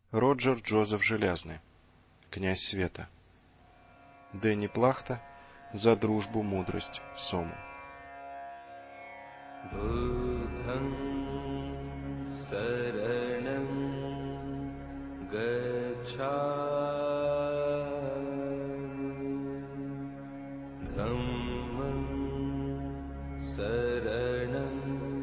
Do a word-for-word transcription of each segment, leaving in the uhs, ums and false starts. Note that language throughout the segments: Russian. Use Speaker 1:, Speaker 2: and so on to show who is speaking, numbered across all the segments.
Speaker 1: Роджер Джозеф Желязный. Князь света. Дэнни Плахта. За дружбу, мудрость, сому.
Speaker 2: Буддхам саранам гаччами, Дхаммам саранам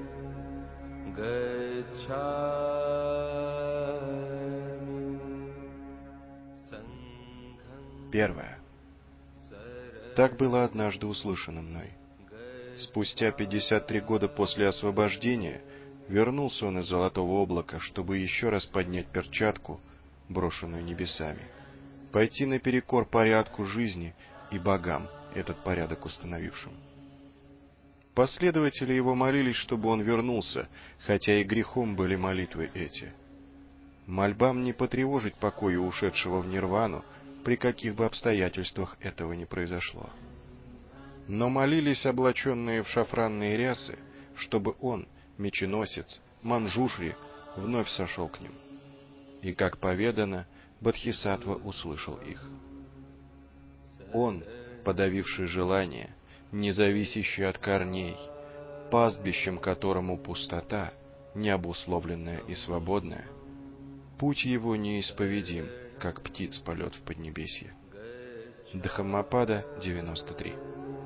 Speaker 2: гаччами, Санghам.
Speaker 1: Первое. Так было однажды услышано мной. Спустя пятьдесят три года после освобождения вернулся он из Золотого облака, чтобы еще раз поднять перчатку, брошенную небесами, пойти наперекор порядку жизни и богам, этот порядок установившим. Последователи его молились, чтобы он вернулся, хотя и грехом были молитвы эти. Мольбам не потревожить покоя ушедшего в нирвану, при каких бы обстоятельствах этого не произошло. Но молились облаченные в шафранные рясы, чтобы он, меченосец, Манджушри, вновь сошел к ним. И, как поведано, Бодхисаттва услышал их. Он, подавивший желание, не зависящий от корней, пастбищем которому пустота, необусловленная и свободная, путь его неисповедим, как птиц полет в поднебесье. Дхаммапада девяносто три.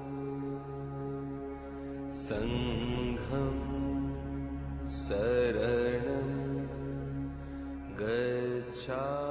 Speaker 2: Санghам саранам гаччами.